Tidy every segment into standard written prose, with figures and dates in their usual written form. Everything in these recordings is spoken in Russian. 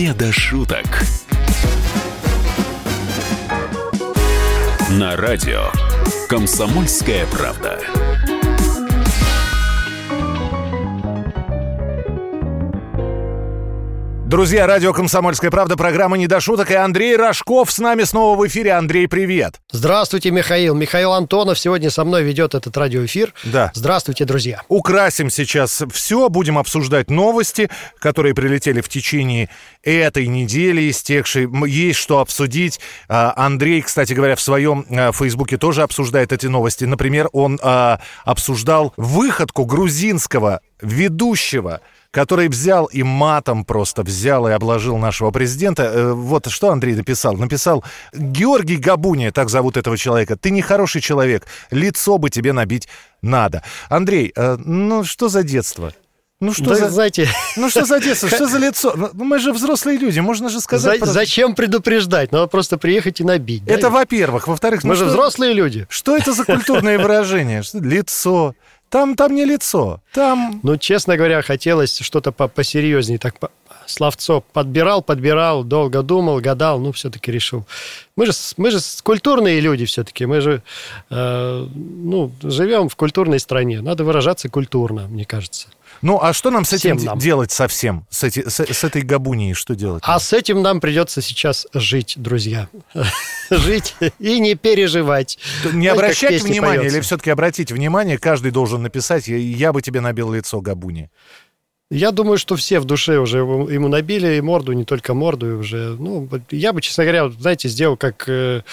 Не до шуток. На радио «Комсомольская правда». Друзья, радио «Комсомольская правда», программа «Не до шуток», и Андрей Рожков с нами снова в эфире. Андрей, привет. Здравствуйте, Михаил. Михаил Антонов сегодня со мной ведет этот радиоэфир. Да. Здравствуйте, друзья. Украсим сейчас все, будем обсуждать новости, которые прилетели в течение этой недели истекшей. Есть что обсудить. Андрей, кстати говоря, в своем фейсбуке тоже обсуждает эти новости. Например, он обсуждал выходку грузинского ведущего, который взял и матом просто взял и обложил нашего президента. Вот что Андрей написал. Написал: Георгий Габуния, так зовут этого человека, ты нехороший человек, лицо бы тебе набить надо. Андрей, ну что за детство? Ну что, да, знаете... ну что за детство, что за лицо? Ну, мы же взрослые люди, можно же сказать... Зачем предупреждать? Надо просто приехать и набить. Это да? Во-первых. Во-вторых... Мы же взрослые люди. Что это за культурное выражение? Лицо... Там не лицо, там... Ну, честно говоря, хотелось что-то посерьезнее. Так словцо подбирал, долго думал, гадал, ну, все-таки решил. Мы же культурные люди все-таки. Мы же, живем в культурной стране. Надо выражаться культурно, мне кажется. Ну, а что нам с этим делать совсем? С этой габунией что делать? А с этим нам придется сейчас жить, друзья. Жить и не переживать. Не обращать внимания или все-таки обратить внимание? Каждый должен написать: я бы тебе набил лицо, габуни. Я думаю, что все в душе уже ему набили и морду, не только морду. И уже. Ну, я бы, честно говоря, знаете, сделал как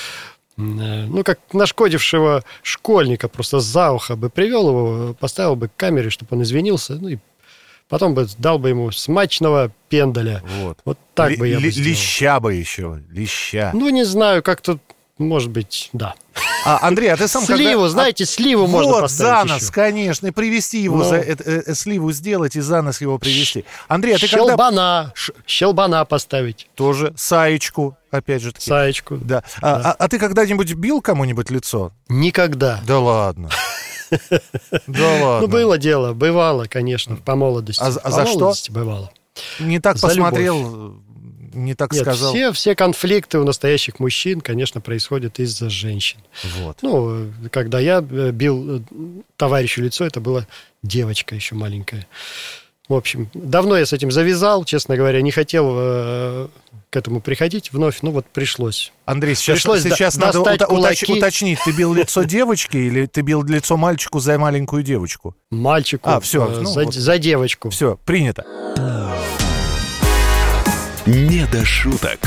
нашкодившего школьника, просто за ухо бы привел его, поставил бы к камере, чтобы он извинился, ну и потом бы дал бы ему смачного пендаля. Вот так бы я бы сделал. Леща бы еще, леща. Ну, не знаю, как-то, может быть, да. Андрей, а ты сам сливу, сливу можно поставить за нос, еще. Конечно, привести его, сливу сделать и за нос его привести. Андрей, а ты Щелбана поставить. Тоже саечку, опять же таки. Саечку. Да. А ты когда-нибудь бил кому-нибудь лицо? Никогда. Да ладно. Да ладно. Ну, было дело, бывало, конечно, по молодости. А за что? Бывало. Не так за посмотрел... Любовь. Не так Нет, сказал. Все конфликты у настоящих мужчин, конечно, происходят из-за женщин. Вот. Ну, когда я бил товарищу лицо, это была девочка еще маленькая. В общем, давно я с этим завязал, честно говоря, не хотел к этому приходить вновь, ну вот пришлось. Андрей, сейчас надо уточнить, ты бил лицо девочки или ты бил лицо мальчику за маленькую девочку? Мальчику, за девочку. Все, принято. Не до шуток.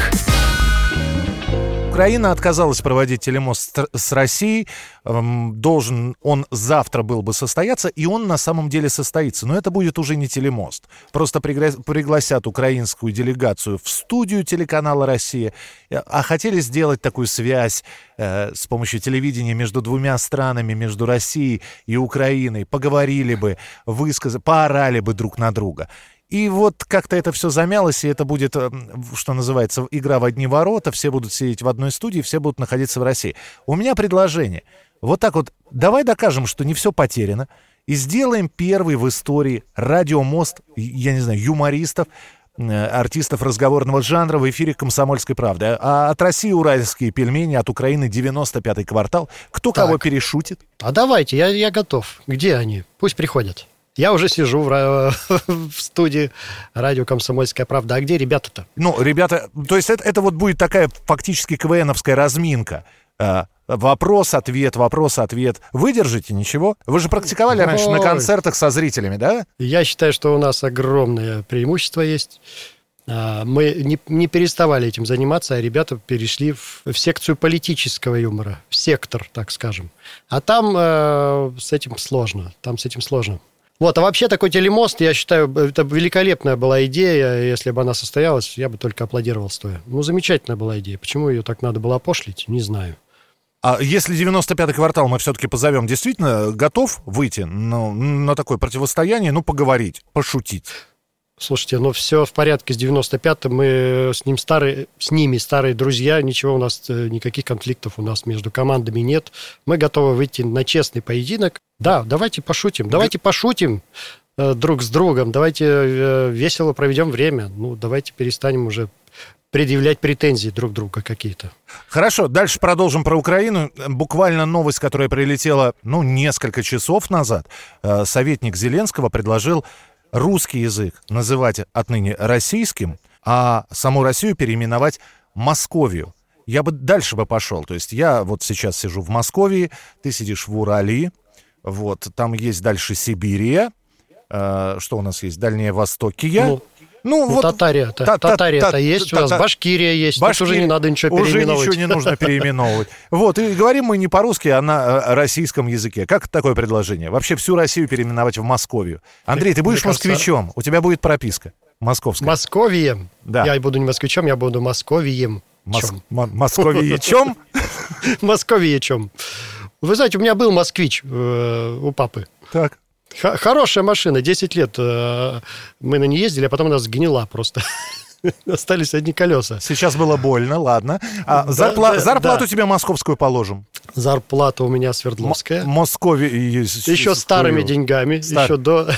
Украина отказалась проводить телемост с Россией. Должен он завтра был бы состояться, и он на самом деле состоится. Но это будет уже не телемост. Просто пригласят украинскую делегацию в студию телеканала «Россия». А хотели сделать такую связь с помощью телевидения между двумя странами, между Россией и Украиной. Поговорили бы, поорали бы друг на друга. И вот как-то это все замялось, и это будет, что называется, игра в одни ворота, все будут сидеть в одной студии, все будут находиться в России. У меня предложение. Вот так вот, давай докажем, что не все потеряно, и сделаем первый в истории радиомост, я не знаю, юмористов, артистов разговорного жанра в эфире «Комсомольской правды». А от России уральские пельмени, от Украины 95-й квартал. Кто кого перешутит? А давайте, я готов. Где они? Пусть приходят. Я уже сижу в студии радио «Комсомольская правда». А где ребята-то? Ну, ребята, то есть это вот будет такая фактически КВНовская разминка. Вопрос-ответ. Выдержите, ничего? Вы же практиковали раньше на концертах со зрителями, да? Я считаю, что у нас огромное преимущество есть. Мы не переставали этим заниматься, а ребята перешли в секцию политического юмора. В сектор, так скажем. А там с этим сложно. Вот, а вообще такой телемост, я считаю, это великолепная была идея. Если бы она состоялась, я бы только аплодировал стоя. Ну, замечательная была идея. Почему ее так надо было опошлить, не знаю. А если 95-й квартал мы все-таки позовем, действительно готов выйти на такое противостояние, поговорить, пошутить? Слушайте, все в порядке с 95-м, мы с ними старые друзья, ничего у нас, никаких конфликтов у нас между командами нет. Мы готовы выйти на честный поединок. Да, давайте пошутим. друг с другом, давайте весело проведем время. Ну, давайте перестанем уже предъявлять претензии друг друга какие-то. Хорошо, дальше продолжим про Украину. Буквально новость, которая прилетела, несколько часов назад. Советник Зеленского предложил русский язык называть отныне российским, а саму Россию переименовать Московию. Я бы дальше пошел. То есть я вот сейчас сижу в Москве, ты сидишь в Урале, вот, там есть дальше Сибирия, что у нас есть? Дальнее Востокия. Вот Татария-то есть, у нас Башкирия есть, тут уже не надо ничего переименовывать. Уже ничего не нужно переименовывать. Вот, и говорим мы не по-русски, а на российском языке. Как такое предложение? Вообще всю Россию переименовать в Московию. Андрей, ты будешь москвичом, у тебя будет прописка московская. Московием? Да. Я буду не москвичом, я буду московием. Московиечом? Московиечом. Вы знаете, у меня был москвич у папы. Так. Хорошая машина, 10 лет мы на ней ездили, а потом она сгнила просто. Остались одни колеса. Сейчас было больно, ладно. Зарплату тебе московскую положим. Зарплата у меня Свердловская. Московия. Еще старыми деньгами. Еще до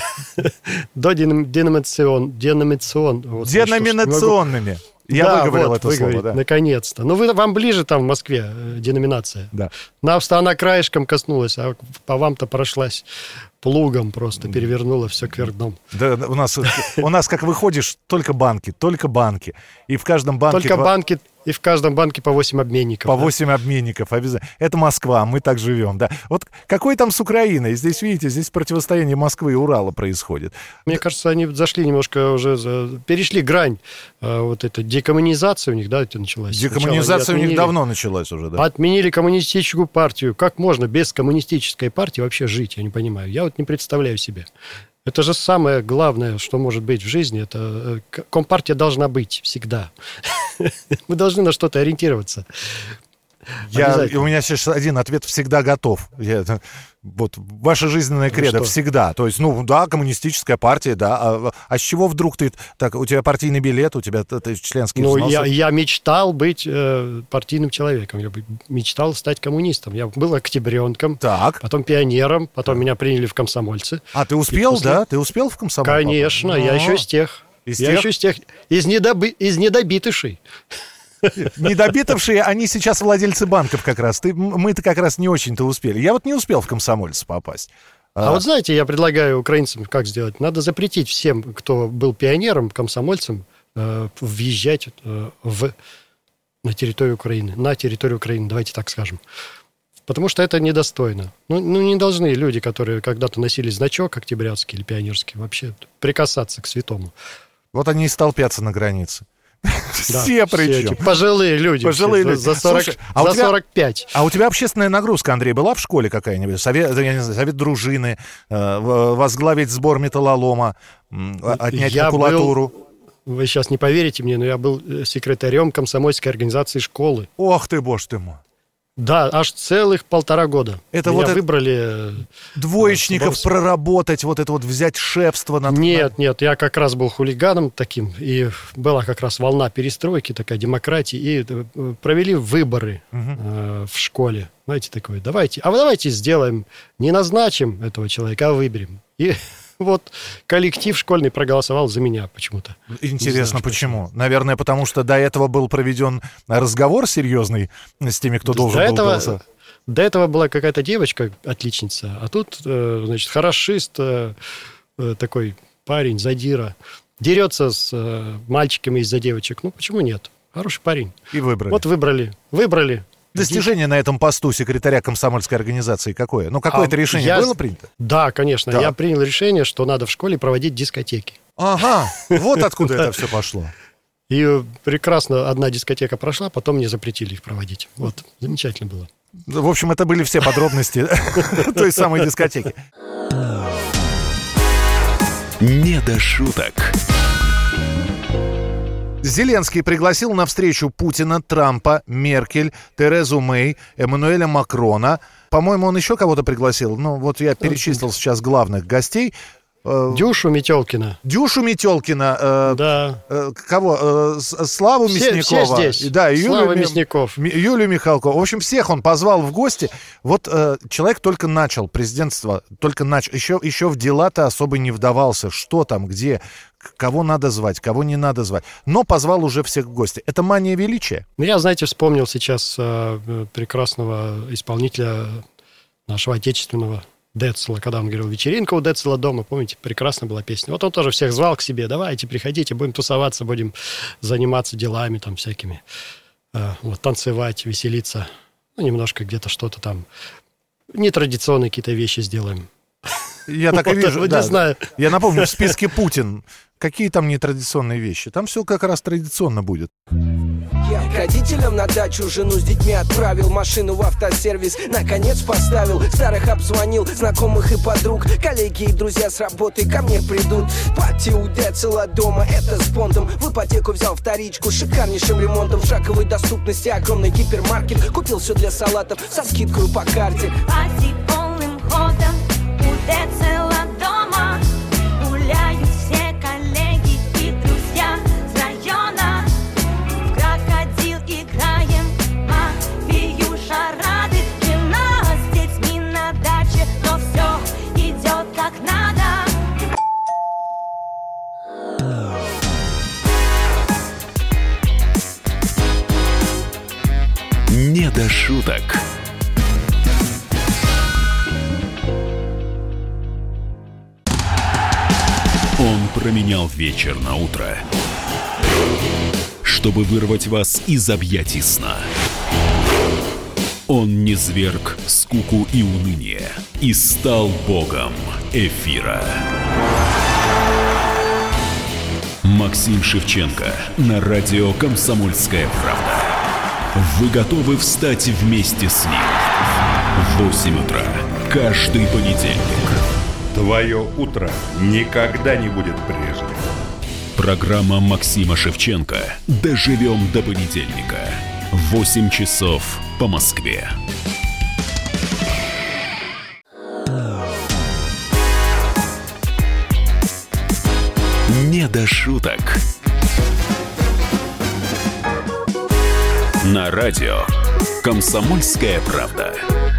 деноминационными. Я выговорил это слово, да. Наконец-то. Вам ближе там в Москве деноминация. Да. Нам-то она краешком коснулась, а по вам-то прошлась плугом просто, перевернула все кверх дном. Да, у нас, как выходишь, только банки. И в каждом банке... И в каждом банке по 8 обменников. По 8 обменников, обязательно. Это Москва, мы так живем, да. Вот какой там с Украиной? Здесь, видите, противостояние Москвы и Урала происходит. Мне кажется, они зашли немножко уже, перешли грань. Вот эта декоммунизация у них, да, это началась. Декоммунизация у них давно началась уже, да. Отменили коммунистическую партию. Как можно без коммунистической партии вообще жить, я не понимаю. Я вот не представляю себе. Это же самое главное, что может быть в жизни. Это компартия должна быть всегда. Мы должны на что-то ориентироваться. У меня сейчас один ответ: всегда готов. Вот ваша жизненная кредо всегда. То есть, коммунистическая партия, да. А с чего вдруг ты... Так, у тебя партийный билет, у тебя членские взносы? Я мечтал быть партийным человеком. Я мечтал стать коммунистом. Я был октябренком, потом пионером, потом меня приняли в комсомольцы. А ты успел, да? Ты успел в комсомол? Конечно, я еще из тех. Из недобитышей. Недобитавшие, они сейчас владельцы банков как раз. Мы-то как раз не очень-то успели. Я вот не успел в комсомольцы попасть. А вот знаете, я предлагаю украинцам как сделать? Надо запретить всем, кто был пионером, комсомольцем, въезжать на территорию Украины. На территорию Украины, давайте так скажем. Потому что это недостойно. Не должны люди, которые когда-то носили значок октябрятский или пионерский, вообще прикасаться к святому. Вот они и столпятся на границе. Все причем. Пожилые люди. За 45. А у тебя общественная нагрузка, Андрей, была в школе какая-нибудь? Совет дружины, возглавить сбор металлолома, отнять макулатуру? Вы сейчас не поверите мне, но я был секретарем комсомольской организации школы. Ох ты, боже ты мой. Да, аж целых 1,5 года. Это меня выбрали... Двоечников проработать, взять шефство над... Нет, я как раз был хулиганом таким, и была как раз волна перестройки, такая демократии, и провели выборы в школе. Знаете, такое, давайте сделаем, не назначим этого человека, а выберем. И... Вот коллектив школьный проголосовал за меня почему-то. Интересно, почему? Наверное, потому что до этого был проведен разговор серьезный с теми, кто должен был голосовать. До этого была какая-то девочка, отличница, а тут, хорошист, такой парень, задира, дерется с мальчиками из-за девочек. Почему нет? Хороший парень. И выбрали. Вот выбрали. Достижение на этом посту секретаря комсомольской организации какое? Какое-то решение было принято? Да, конечно. Да. Я принял решение, что надо в школе проводить дискотеки. Ага, вот откуда это все пошло. И прекрасно одна дискотека прошла, потом мне запретили их проводить. Вот, замечательно было. В общем, это были все подробности той самой дискотеки. Не до шуток. Зеленский пригласил на встречу Путина, Трампа, Меркель, Терезу Мэй, Эммануэля Макрона. По-моему, он еще кого-то пригласил. Я перечислил сейчас главных гостей. Дюшу Метелкина. Дюшу Метелкина. Да. Кого? Славу Мясникова. Все здесь. Да, Слава Мясников. Юлию Михалкову. В общем, всех он позвал в гости. Вот человек только начал президентство, еще в дела-то особо не вдавался. Что там, где, кого надо звать, кого не надо звать. Но позвал уже всех в гости. Это мания величия? Ну, я, знаете, вспомнил сейчас прекрасного исполнителя нашего отечественного Децла, когда он говорил, вечеринка у Децла дома, помните, прекрасная была песня. Вот он тоже всех звал к себе, давайте, приходите, будем тусоваться, будем заниматься делами там всякими, вот, танцевать, веселиться, ну, немножко где-то что-то там, нетрадиционные какие-то вещи сделаем. Я так и вижу, да. Не знаю. Я напомню, в списке Путин. Какие там нетрадиционные вещи? Там все как раз традиционно будет. Я к родителям на дачу жену с детьми отправил, машину в автосервис наконец поставил, старых обзвонил, знакомых и подруг, коллеги и друзья с работы ко мне придут. Пати у Децла дома, это с Бондом, в ипотеку взял вторичку с шикарнейшим ремонтом, в шаговой доступности огромный гипермаркет, купил все для салатов со скидкой по карте. Пати полным ходом у Децла дома, гуляют все коллеги и друзья с района. В крокодил играем, пью шарады. Жена с детьми на даче, но все идет как надо. Не до шуток. Он променял вечер на утро, чтобы вырвать вас из объятий сна. Он низвергг скуку и уныние и стал богом эфира. Максим Шевченко на радио «Комсомольская правда». Вы готовы встать вместе с ним? В 8 утра каждый понедельник. Твое утро никогда не будет прежним. Программа Максима Шевченко «Доживем до понедельника». 8 часов по Москве. Не до шуток. На радио «Комсомольская правда».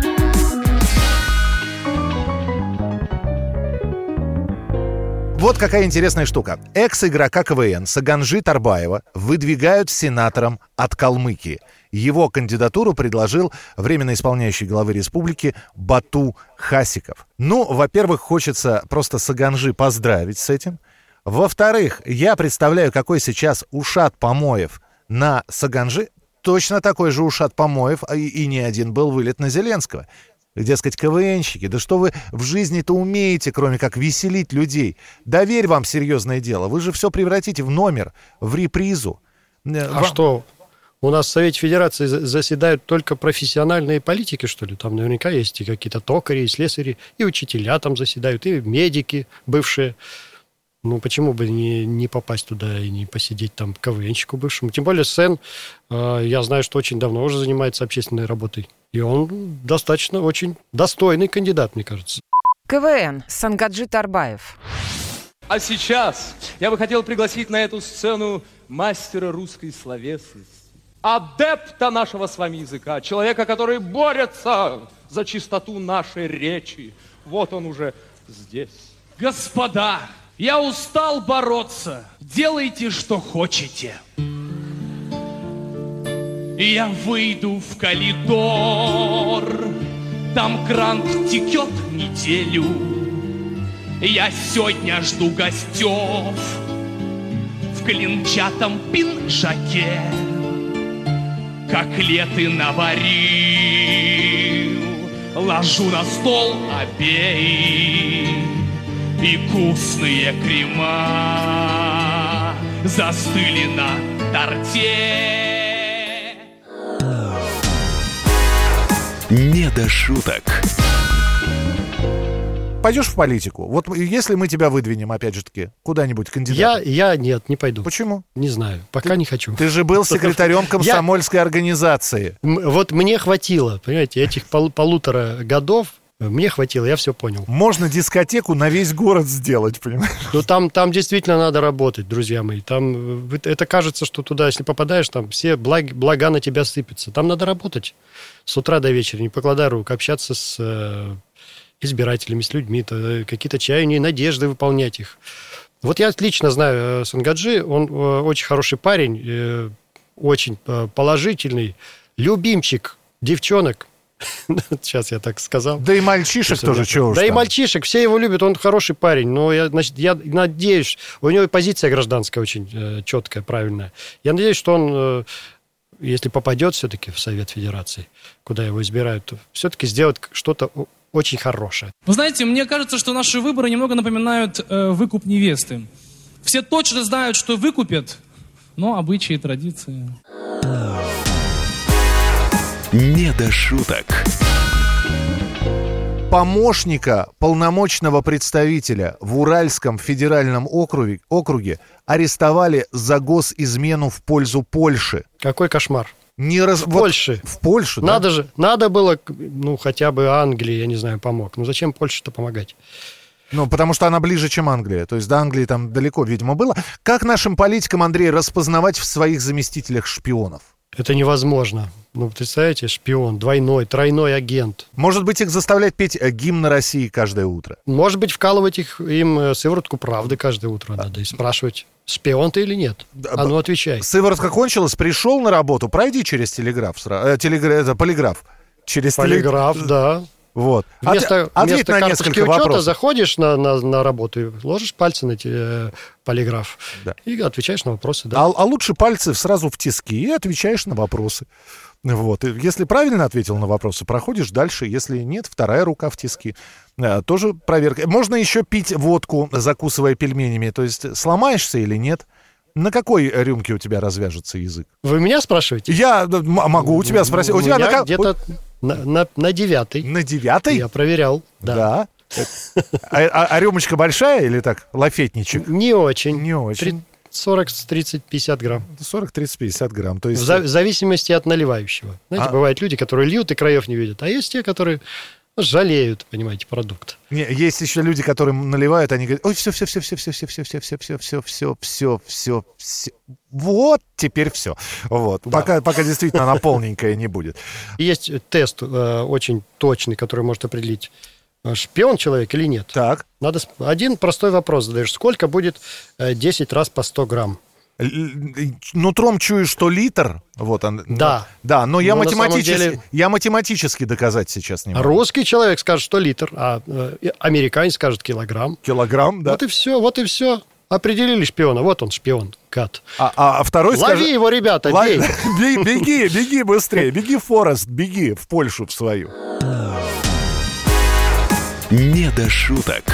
Вот какая интересная штука. Экс-игрока КВН Саганжи Тарбаева выдвигают сенатором от Калмыкии. Его кандидатуру предложил временно исполняющий главы республики Бату Хасиков. Ну, во-первых, хочется просто Саганжи поздравить с этим. Во-вторых, я представляю, какой сейчас ушат Помоев на Саганжи. Точно такой же ушат Помоев, и не один был вылет на Зеленского. Дескать, КВНщики, да что вы в жизни-то умеете, кроме как веселить людей? Доверь вам серьезное дело, вы же все превратите в номер, в репризу. Что, у нас в Совете Федерации заседают только профессиональные политики, что ли? Там наверняка есть и какие-то токари, и слесари, и учителя там заседают, и медики бывшие. Ну, почему бы не попасть туда и не посидеть там КВНщику бывшему? Тем более Сен, я знаю, что очень давно уже занимается общественной работой. И он достаточно очень достойный кандидат, мне кажется. КВН. Сангаджи Тарбаев. А сейчас я бы хотел пригласить на эту сцену мастера русской словесности, адепта нашего с вами языка, человека, который борется за чистоту нашей речи. Вот он уже здесь. Господа, я устал бороться. Делайте, что хотите. И я выйду в коридор. Там крант текет неделю. Я сегодня жду гостев в клинчатом пинжаке. Котлеты наварил, ложу на стол обеих. И вкусные крема застыли на торте. Не до шуток. Пойдешь в политику? Вот если мы тебя выдвинем, опять же таки, куда-нибудь кандидатом. Я нет, не пойду. Почему? Не знаю, пока не хочу. Ты же был секретарем комсомольской организации. Вот мне хватило, понимаете, этих 1,5 годов Мне хватило, я все понял. Можно дискотеку на весь город сделать, понимаешь? Ну, там действительно надо работать, друзья мои. Там это кажется, что туда, если попадаешь, там все блага на тебя сыпятся. Там надо работать с утра до вечера, не покладая рук, общаться с избирателями, с людьми, какие-то чаяния, надежды выполнять их. Вот я отлично знаю Сангаджи, он очень хороший парень, очень положительный, любимчик девчонок. Сейчас я так сказал. Да и мальчишек тоже, чего уж Да там. и мальчишек, все его любят, он хороший парень. Но я надеюсь, у него позиция гражданская очень четкая, правильная. Я надеюсь, что он, если попадет все-таки в Совет Федерации, куда его избирают, то все-таки сделает что-то очень хорошее. Вы знаете, мне кажется, что наши выборы немного напоминают выкуп невесты. Все точно знают, что выкупят, но обычаи и традиции... Не до шуток. Помощника полномочного представителя в Уральском федеральном округе арестовали за госизмену в пользу Польши. Какой кошмар. В Польше. В Польшу, да? Надо же, надо было, хотя бы Англии, я не знаю, помог. Ну, зачем Польше-то помогать? Ну, потому что она ближе, чем Англия. То есть до Англии там далеко, видимо, было. Как нашим политикам, Андрей, распознавать в своих заместителях шпионов? Это невозможно. Ну, представляете, шпион, двойной, тройной агент. Может быть, их заставлять петь гимн России каждое утро? Может быть, вкалывать им сыворотку правды каждое утро надо и спрашивать, шпион ты или нет? А ну, отвечай. Сыворотка кончилась, пришел на работу, пройди через полиграф. Через полиграф, да. Вот. Вместо Ответь на карточки несколько учета вопросов. заходишь на работу и ложишь пальцы на полиграф, да, и отвечаешь на вопросы. Да. А лучше пальцы сразу в тиски и отвечаешь на вопросы. Вот. И если правильно ответил на вопросы, проходишь дальше. Если нет, вторая рука в тиски. Тоже проверка. Можно еще пить водку, закусывая пельменями. То есть сломаешься или нет? На какой рюмке у тебя развяжется язык? Вы меня спрашиваете? Я могу у тебя спросить. У тебя где-то на 9-й. На 9-й? Я проверял. Да. А рюмочка большая или так, лафетничек? Не очень. Не очень. 40, 30, 50 грамм. 40, 30, 50 грамм. То есть... В зависимости от наливающего. Знаете, бывают люди, которые льют и краев не видят. А есть те, которые жалеют, понимаете, продукт. Есть еще люди, которые наливают, они говорят, ой, все. Вот, теперь все. Вот. Да. Пока действительно она полненькая не будет. Есть тест очень точный, который может определить, шпион человек или нет. Так. Надо один простой вопрос задаешь. Сколько будет 10 раз по 100 грамм? Нутром чую, что литр. Вот он. Да. Да, но я математически доказать сейчас не могу. Русский человек скажет, что литр, а американец скажет килограмм. Килограмм, да. Вот и все. Определили шпиона. Вот он, шпион, гад. А второй скажет... Лови его, ребята, бей. Беги быстрее. Беги, Форест, беги в Польшу в свою. Не до шуток.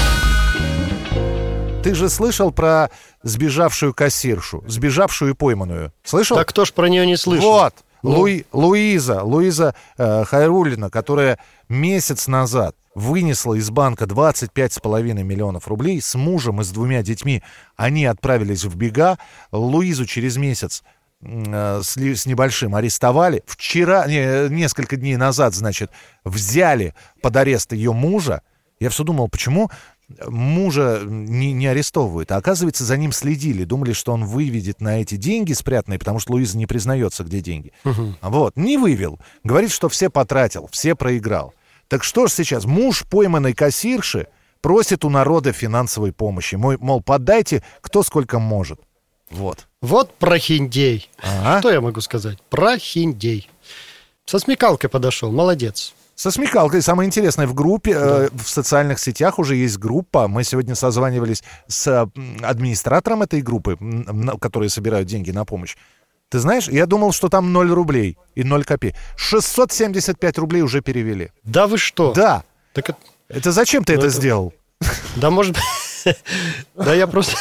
Ты же слышал про сбежавшую кассиршу, сбежавшую и пойманную? Слышал? Да кто ж про нее не слышал? Вот, Луиза Хайруллина, которая месяц назад вынесла из банка 25,5 миллионов рублей с мужем и с 2 детьми. Они отправились в бега. Луизу через месяц с небольшим арестовали. Несколько дней назад, значит, взяли под арест ее мужа. Я все думал, почему мужа не арестовывают. А оказывается, за ним следили. Думали, что он выведет на эти деньги спрятанные, потому что Луиза не признается, где деньги. Вот, не вывел. Говорит, что все потратил, все проиграл. Так что ж сейчас? Муж пойманной кассирши просит у народа финансовой помощи. Мол, поддайте кто сколько может. Вот. Вот прохиндей. Что я могу сказать? Прохиндей. Со смекалкой подошел. Молодец. Со смекалкой. Самое интересное, в группе, в социальных сетях уже есть группа. Мы сегодня созванивались с администратором этой группы, которые собирают деньги на помощь. Ты знаешь, я думал, что там 0 рублей и 0 копеек. 675 рублей уже перевели. Да вы что? Да. Так это зачем ты это сделал? Да, может быть... Да я просто...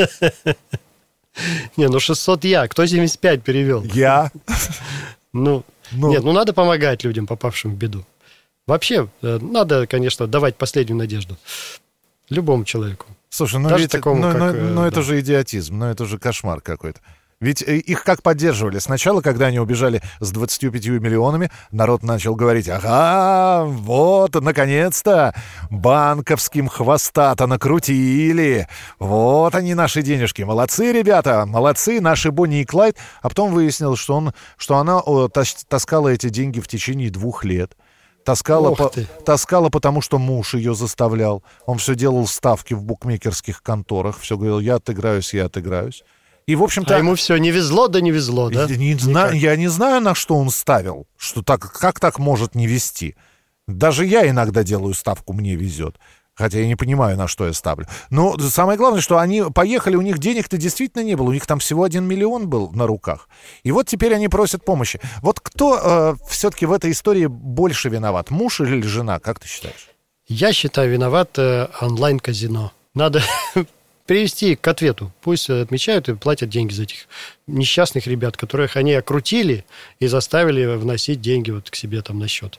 Не, 600 я. Кто 75 перевел? Я. Нет, надо помогать людям, попавшим в беду. Вообще, надо, конечно, давать последнюю надежду любому человеку. Слушай, даже такому, это же идиотизм, это же кошмар какой-то. Ведь их как поддерживали? Сначала, когда они убежали с 25 миллионами, народ начал говорить: ага, вот, наконец-то, банковским хвоста-то накрутили. Вот они, наши денежки. Молодцы, ребята, молодцы, наши Бонни и Клайд. А потом выяснилось, что она таскала эти деньги в течение 2 лет. Таскала, потому что муж ее заставлял. Он все делал ставки в букмекерских конторах. Все говорил: я отыграюсь. И, в общем-то... А ему все не везло, да? Я не знаю, на что он ставил. Как так может не везти? Даже я иногда делаю ставку, мне везет. Хотя я не понимаю, на что я ставлю. Но самое главное, что они поехали, у них денег-то действительно не было. У них там всего 1 миллион был на руках. И вот теперь они просят помощи. Вот кто все-таки в этой истории больше виноват? Муж или жена? Как ты считаешь? Я считаю, виноват онлайн-казино. Надо привести к ответу. Пусть отмечают и платят деньги за этих несчастных ребят, которых они окрутили и заставили вносить деньги вот к себе там на счет.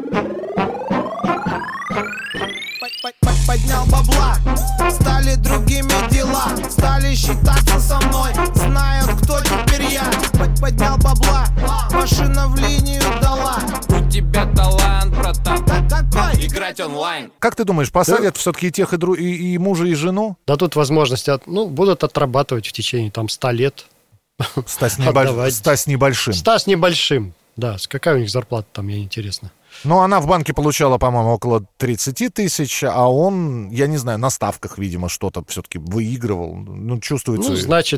Поднял бабла, стали другими дела, стали считаться со мной, знают, кто теперь я. Поднял бабла, машина в линию дала. У тебя талант, братан, какой? Играть онлайн. Как ты думаешь, посадят все-таки тех и мужа, и жену? Дадут возможность, будут отрабатывать в течение 100 лет. 100 с небольшим. 100 с небольшим, да. Какая у них зарплата там, мне интересно. Ну, она в банке получала, по-моему, около 30 тысяч, а он, я не знаю, на ставках, видимо, что-то все-таки выигрывал. Ну, чувствуется... Ну, значит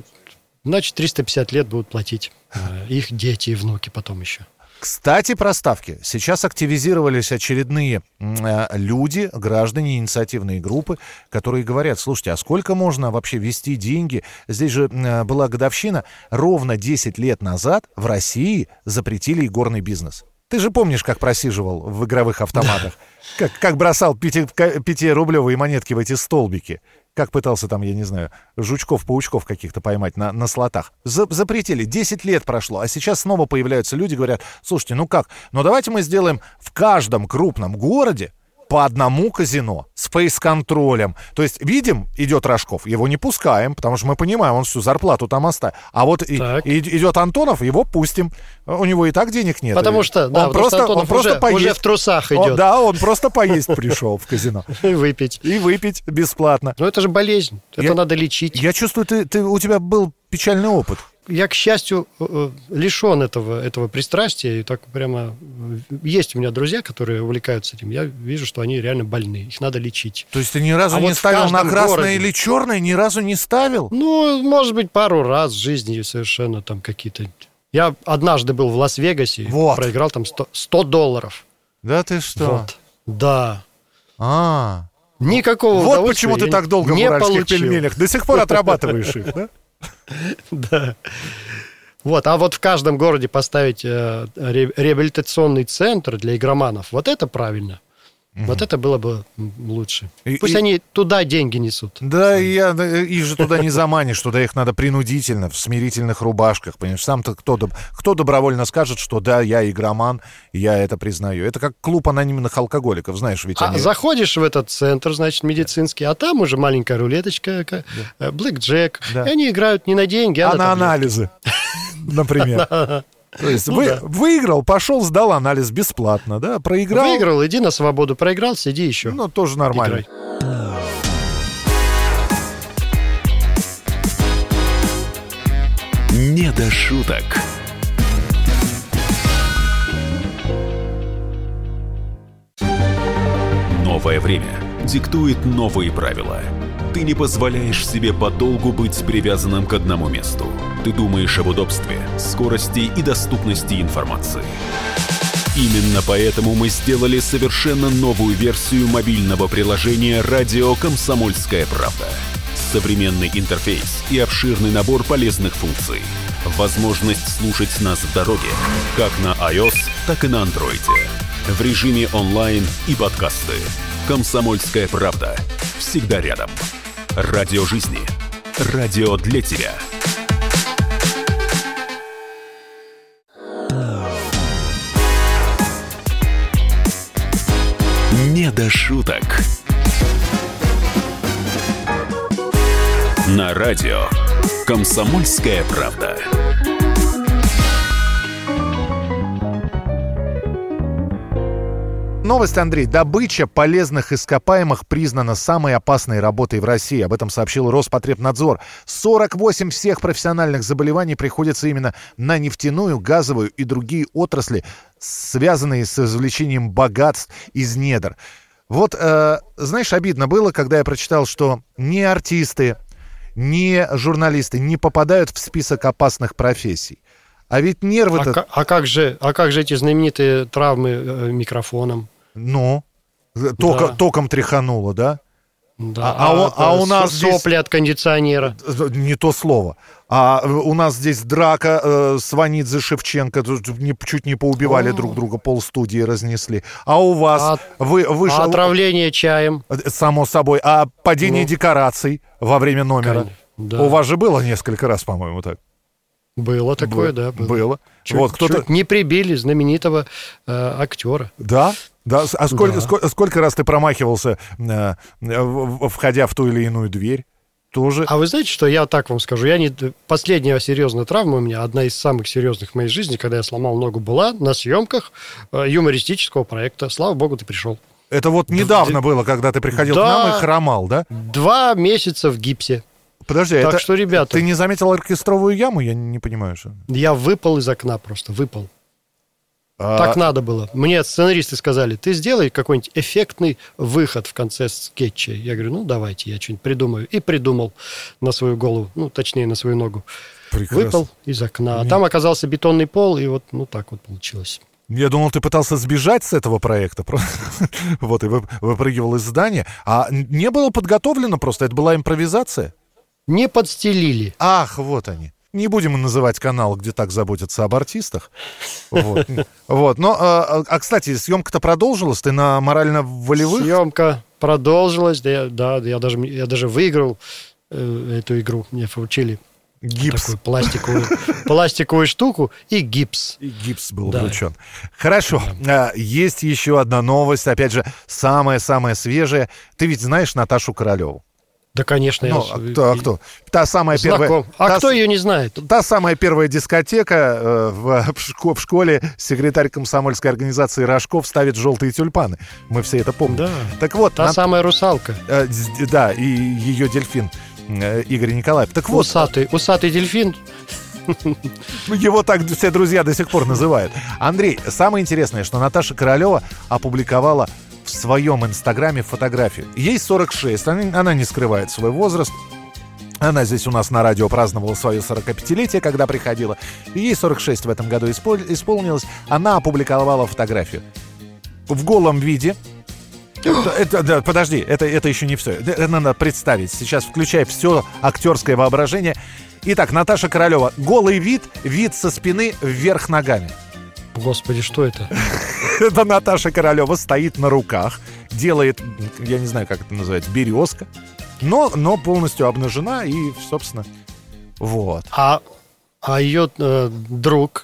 350 лет будут платить их дети и внуки потом еще. Кстати, про ставки. Сейчас активизировались очередные люди, граждане, инициативные группы, которые говорят: слушайте, а сколько можно вообще вести деньги? Здесь же была годовщина. Ровно 10 лет назад в России запретили игорный бизнес. Ты же помнишь, как просиживал в игровых автоматах? Да. Как бросал 5-рублевые монетки в эти столбики? Как пытался там, я не знаю, жучков-паучков каких-то поймать на слотах. Запретили. 10 лет прошло. А сейчас снова появляются люди, говорят: слушайте, давайте мы сделаем в каждом крупном городе по одному казино с фейс-контролем. То есть, видим, идет Рожков, его не пускаем, потому что мы понимаем, он всю зарплату там оставит. А вот идет Антонов, его пустим. У него и так денег нет. Потому что, он просто уже в трусах идет. Он просто поесть пришел в казино. И выпить. И выпить бесплатно. Но это же болезнь, это надо лечить. Я чувствую, у тебя был печальный опыт. Я, к счастью, лишен этого пристрастия. И так прямо есть у меня друзья, которые увлекаются этим. Я вижу, что они реально больны. Их надо лечить. То есть ты ни разу не ставил на красное или черное? Ни разу не ставил? Ну, может быть, пару раз в жизни совершенно там какие-то... Я однажды был в Лас-Вегасе, проиграл там $100. Да ты что? Вот. Да. Вот Никакого удовольствия почему ты так долго в уральских пельменях. До сих пор отрабатываешь их, да? Да. А вот в каждом городе поставить реабилитационный центр для игроманов, вот это правильно. Вот это было бы лучше. Пусть они туда деньги несут. Да, их же туда не заманишь, туда их надо принудительно, в смирительных рубашках, понимаешь? Сам-то кто добровольно скажет, что да, я игроман, я это признаю. Это как клуб анонимных алкоголиков, знаешь, ведь они... Заходишь в этот центр, значит, медицинский, а там уже маленькая рулеточка, блэкджек, и они играют не на деньги, а на анализы, например. То есть выиграл, пошел, сдал анализ бесплатно, да? Проиграл. Выиграл, иди на свободу. Проиграл, сиди еще. Ну, тоже нормально. Играй. Не до шуток. Новое время диктует новые правила. Ты не позволяешь себе подолгу быть привязанным к одному месту. Ты думаешь об удобстве, скорости и доступности информации. Именно поэтому мы сделали совершенно новую версию мобильного приложения «Радио Комсомольская правда». Современный интерфейс и обширный набор полезных функций. Возможность слушать нас в дороге, как на iOS, так и на Android. В режиме онлайн и подкасты. «Комсомольская правда». Всегда рядом. Радио жизни. Радио для тебя. Не до шуток. На радио «Комсомольская правда». Новость, Андрей. Добыча полезных ископаемых признана самой опасной работой в России. Об этом сообщил Роспотребнадзор. 48 всех профессиональных заболеваний приходится именно на нефтяную, газовую и другие отрасли, связанные с извлечением богатств из недр. Вот, знаешь, обидно было, когда я прочитал, что ни артисты, ни журналисты не попадают в список опасных профессий. А ведь нервы-то... А как же эти знаменитые травмы микрофоном? Ну, током тряхануло, да? Да. А у нас сопли от кондиционера. Не то слово. А у нас здесь драка Сванидзе Шевченко, чуть не поубивали друг друга, полстудии разнесли. А у вас... отравление чаем. Само собой. А падение декораций во время номера. Да. У вас же было несколько раз, по-моему, так. Было такое, да. Было. Чуть не прибили знаменитого актера. Да? Да. А сколько раз ты промахивался, входя в ту или иную дверь? Тоже. А вы знаете, что я так вам скажу? Последняя серьезная травма у меня, одна из самых серьезных в моей жизни, когда я сломал ногу, была на съемках юмористического проекта. Слава богу, ты пришел. Это вот недавно было, когда ты приходил к нам и хромал, да? 2 месяца в гипсе. Подожди, так что, ребята... Ты не заметил оркестровую яму? Я не понимаю, что... Я выпал из окна просто, выпал. Так надо было. Мне сценаристы сказали, ты сделай какой-нибудь эффектный выход в конце скетча. Я говорю, ну, давайте, я что-нибудь придумаю. И придумал на свою голову, точнее, на свою ногу. Прекрасно. Выпал из окна. А там оказался бетонный пол, и вот так вот получилось. Я думал, ты пытался сбежать с этого проекта. Вот, и выпрыгивал из здания. А не было подготовлено просто? Это была импровизация? Не подстелили. Ах, вот они. Не будем называть канал, где так заботятся об артистах. Вот. Но, кстати, съемка-то продолжилась? Ты на морально-волевых? Съемка продолжилась. Я даже выиграл эту игру. Мне вручили гипс. Такую пластиковую штуку и гипс. И гипс был вручен. Хорошо. Да. Есть еще одна новость. Опять же, самая-самая свежая. Ты ведь знаешь Наташу Королеву? Да, конечно. Кто? Та самая первая... кто ее не знает? Та самая первая дискотека в школе. Секретарь комсомольской организации Рожков ставит желтые тюльпаны. Мы все это помним. Да. Так вот, та самая русалка. Да, и ее дельфин Игорь Николаев. Так вот, усатый дельфин. Его так все друзья до сих пор называют. Андрей, самое интересное, что Наташа Королева опубликовала в своем инстаграме фотографию. Ей 46, она не скрывает свой возраст. Она здесь у нас на радио праздновала свое 45-летие, когда приходила. И ей 46 в этом году исполнилось. Она опубликовала фотографию в голом виде. Подожди, это еще не все. Это надо представить. Сейчас включай все актерское воображение. Итак, Наташа Королева. Голый вид со спины вверх ногами. Господи, что это? Это Наташа Королева стоит на руках, делает, я не знаю, как это называется, березка, но полностью обнажена и, собственно, вот. А ее друг...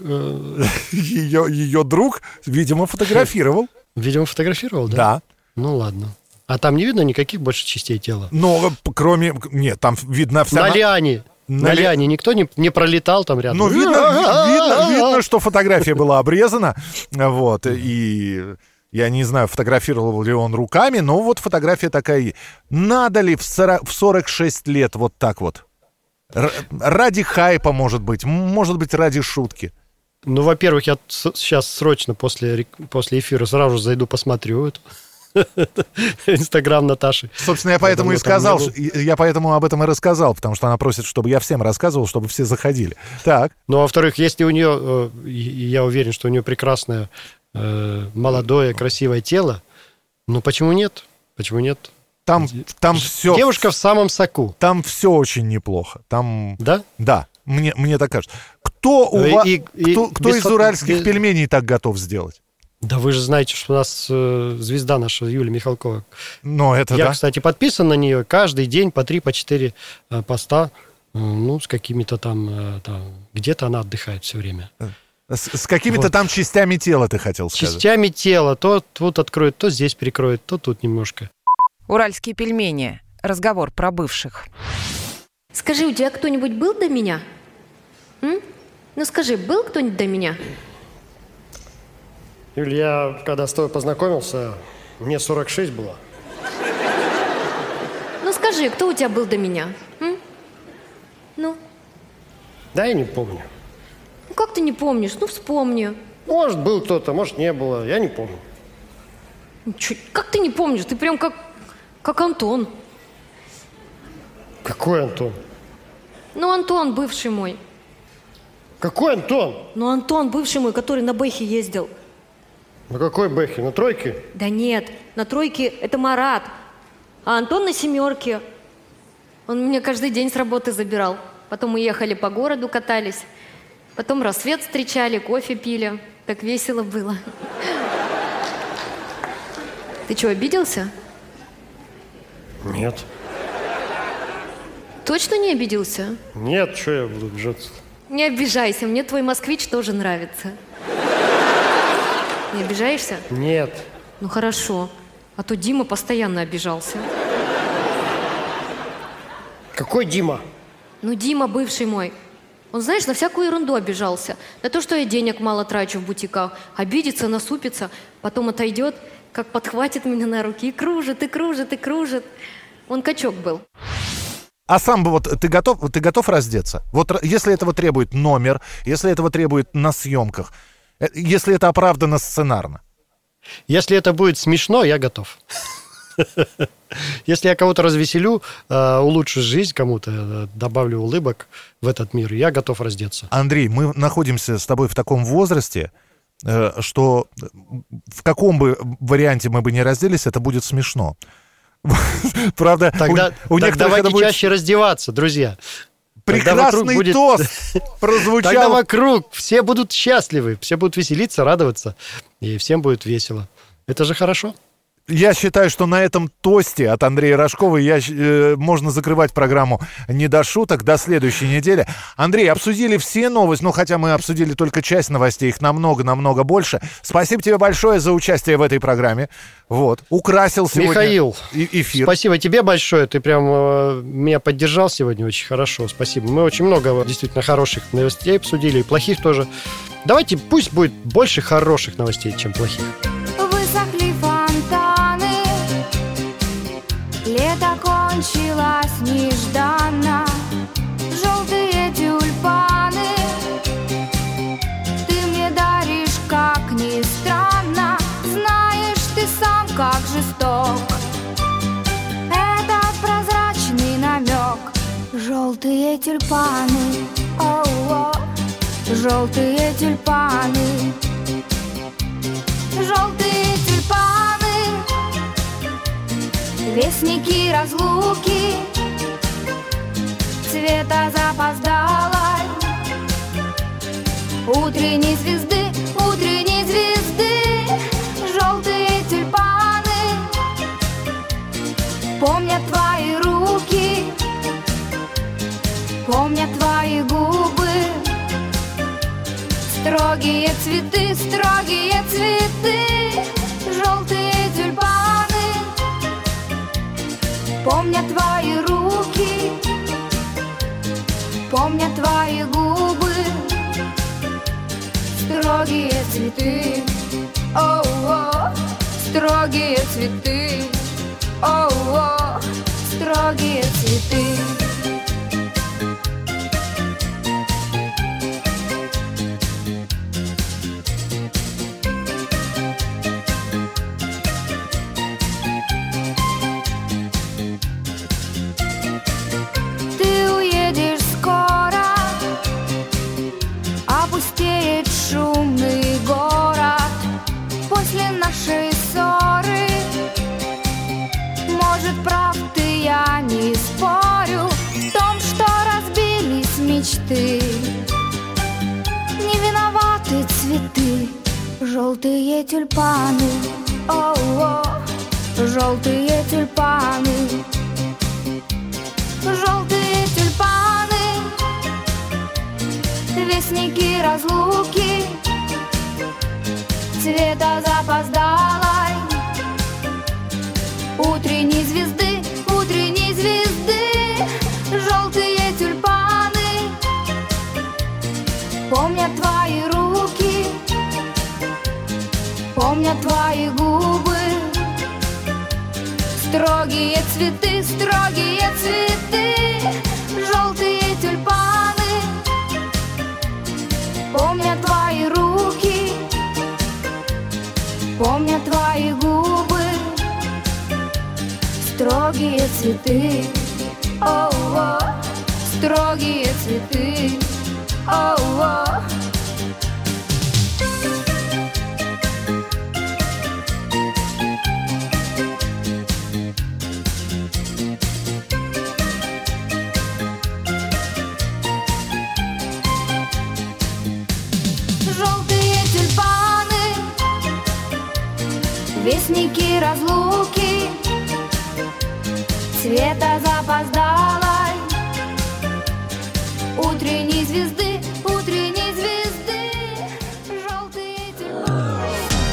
Ее друг, видимо, фотографировал. Видимо, фотографировал, да? Да. Ну, ладно. А там не видно никаких больше частей тела? Но кроме... Нет, там видно вся... На лиане. На лиане никто не пролетал там рядом? Ну, видно, что фотография была обрезана. Вот, и я не знаю, фотографировал ли он руками, но вот фотография такая. Надо ли в 46 лет вот так вот? Ради хайпа, может быть ради шутки. Ну, во-первых, я сейчас срочно после эфира сразу же зайду, посмотрю это. Инстаграм Наташи. Собственно, я поэтому и сказал, я поэтому об этом и рассказал, потому что она просит, чтобы я всем рассказывал, чтобы все заходили. Так. Ну, а во-вторых, если у нее, я уверен, что у нее прекрасное, молодое, красивое тело, ну, почему нет? Почему нет? Там все... Девушка в самом соку. Там все очень неплохо. Там... Да? Да. Мне так кажется. Кто из уральских пельменей так готов сделать? Да вы же знаете, что у нас звезда наша, Юлия Михалкова. Ну, это Я, кстати, подписан на нее каждый день по 3, по 4 поста. Ну, с какими-то там где-то она отдыхает все время. С какими-то там частями тела, ты хотел сказать? Частями тела. То тут откроет, то здесь прикроет, то тут немножко. Уральские пельмени. Разговор про бывших. Скажи, у тебя кто-нибудь был до меня? Ну скажи, был кто-нибудь до меня? Юль, я когда с тобой познакомился, мне 46 было. Ну скажи, кто у тебя был до меня? Ну? Да, я не помню. Ну как ты не помнишь? Ну вспомни. Может, был кто-то, может, не было. Я не помню. Как ты не помнишь? Ты прям как Антон. Какой Антон? Ну, Антон, бывший мой. Какой Антон? Ну, Антон, бывший мой, который на Бэхе ездил. На какой Бэхе? На тройке? Да нет, на тройке это Марат. А Антон на семерке. Он меня каждый день с работы забирал. Потом мы ехали по городу, катались. Потом рассвет встречали, кофе пили. Так весело было. Ты что, обиделся? Нет. Точно не обиделся? Нет, что я буду обижаться? Не обижайся, мне твой москвич тоже нравится. Не обижаешься? Нет. Ну хорошо, а то Дима постоянно обижался. Какой Дима? Ну Дима бывший мой. Он, знаешь, на всякую ерунду обижался. На то, что я денег мало трачу в бутиках. Обидится, насупится, потом отойдет, как подхватит меня на руки и кружит, и кружит, и кружит. Он качок был. А сам бы вот ты готов раздеться? Вот если этого требует номер, если этого требует на съемках, если это оправдано сценарно. Если это будет смешно, я готов. Если я кого-то развеселю, улучшу жизнь кому-то, добавлю улыбок в этот мир, я готов раздеться. Андрей, мы находимся с тобой в таком возрасте, что в каком бы варианте мы бы ни разделись, это будет смешно. Правда, тогда давайте чаще раздеваться, друзья. Прекрасный будет... тост прозвучал. Тогда вокруг все будут счастливы, все будут веселиться, радоваться, и всем будет весело. Это же хорошо. Я считаю, что на этом тосте от Андрея Рожкова можно закрывать программу «Не до шуток» до следующей недели. Андрей, обсудили все новости, хотя мы обсудили только часть новостей, их намного больше. Спасибо тебе большое за участие в этой программе. Украсил сегодня Михаил, эфир. Спасибо тебе большое, ты прям меня поддержал сегодня очень хорошо, спасибо. Мы очень много действительно хороших новостей обсудили, и плохих тоже. Давайте, пусть будет больше хороших новостей, чем плохих. Высохли фонтаны, лето кончилось нежданно. Желтые тюльпаны ты мне даришь, как ни странно. Знаешь ты сам, как жесток этот прозрачный намек. Желтые тюльпаны, о-о, желтые тюльпаны. Желтые тюльпаны, вестники разлуки, цвета запоздалой утренней звезды, утренней звезды. Желтые тюльпаны помнят твои руки, помнят твои губы. Строгие цветы, строгие цветы. Желтые тюльпаны помнят твои руки, помнят твои губы. Строгие цветы, о-о, строгие цветы, о-о, строгие цветы. Шумный город после нашей ссоры. Может, прав ты, я не спорю в том, что разбились мечты. Не виноваты цветы, желтые тюльпаны, о-о, желтые тюльпаны. Желтые тюльпаны, вестники разлуки, цвета запоздалой утренней звезды, утренней звезды. Желтые помнят твои губы. Строгие цветы, желтые тюльпаны. Помнят твои руки, помнят твои губы. Строгие цветы, о-о, строгие цветы, о-о. Желтые тюльпаны, вестники разлуки, цвета запоздалой утренней звезды, желтые тюльпаны.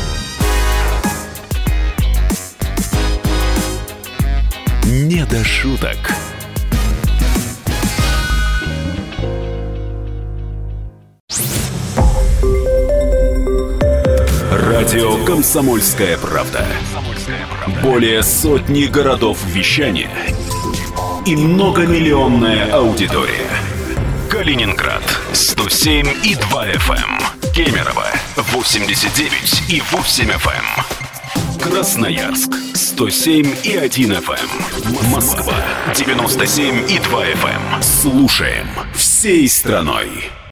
Не до шуток. Радио «Комсомольская правда». Более сотни городов вещания и многомиллионная аудитория. Калининград 107,2 FM, Кемерово 89,8 FM, Красноярск 107,1 FM, Москва 97,2 FM. Слушаем всей страной.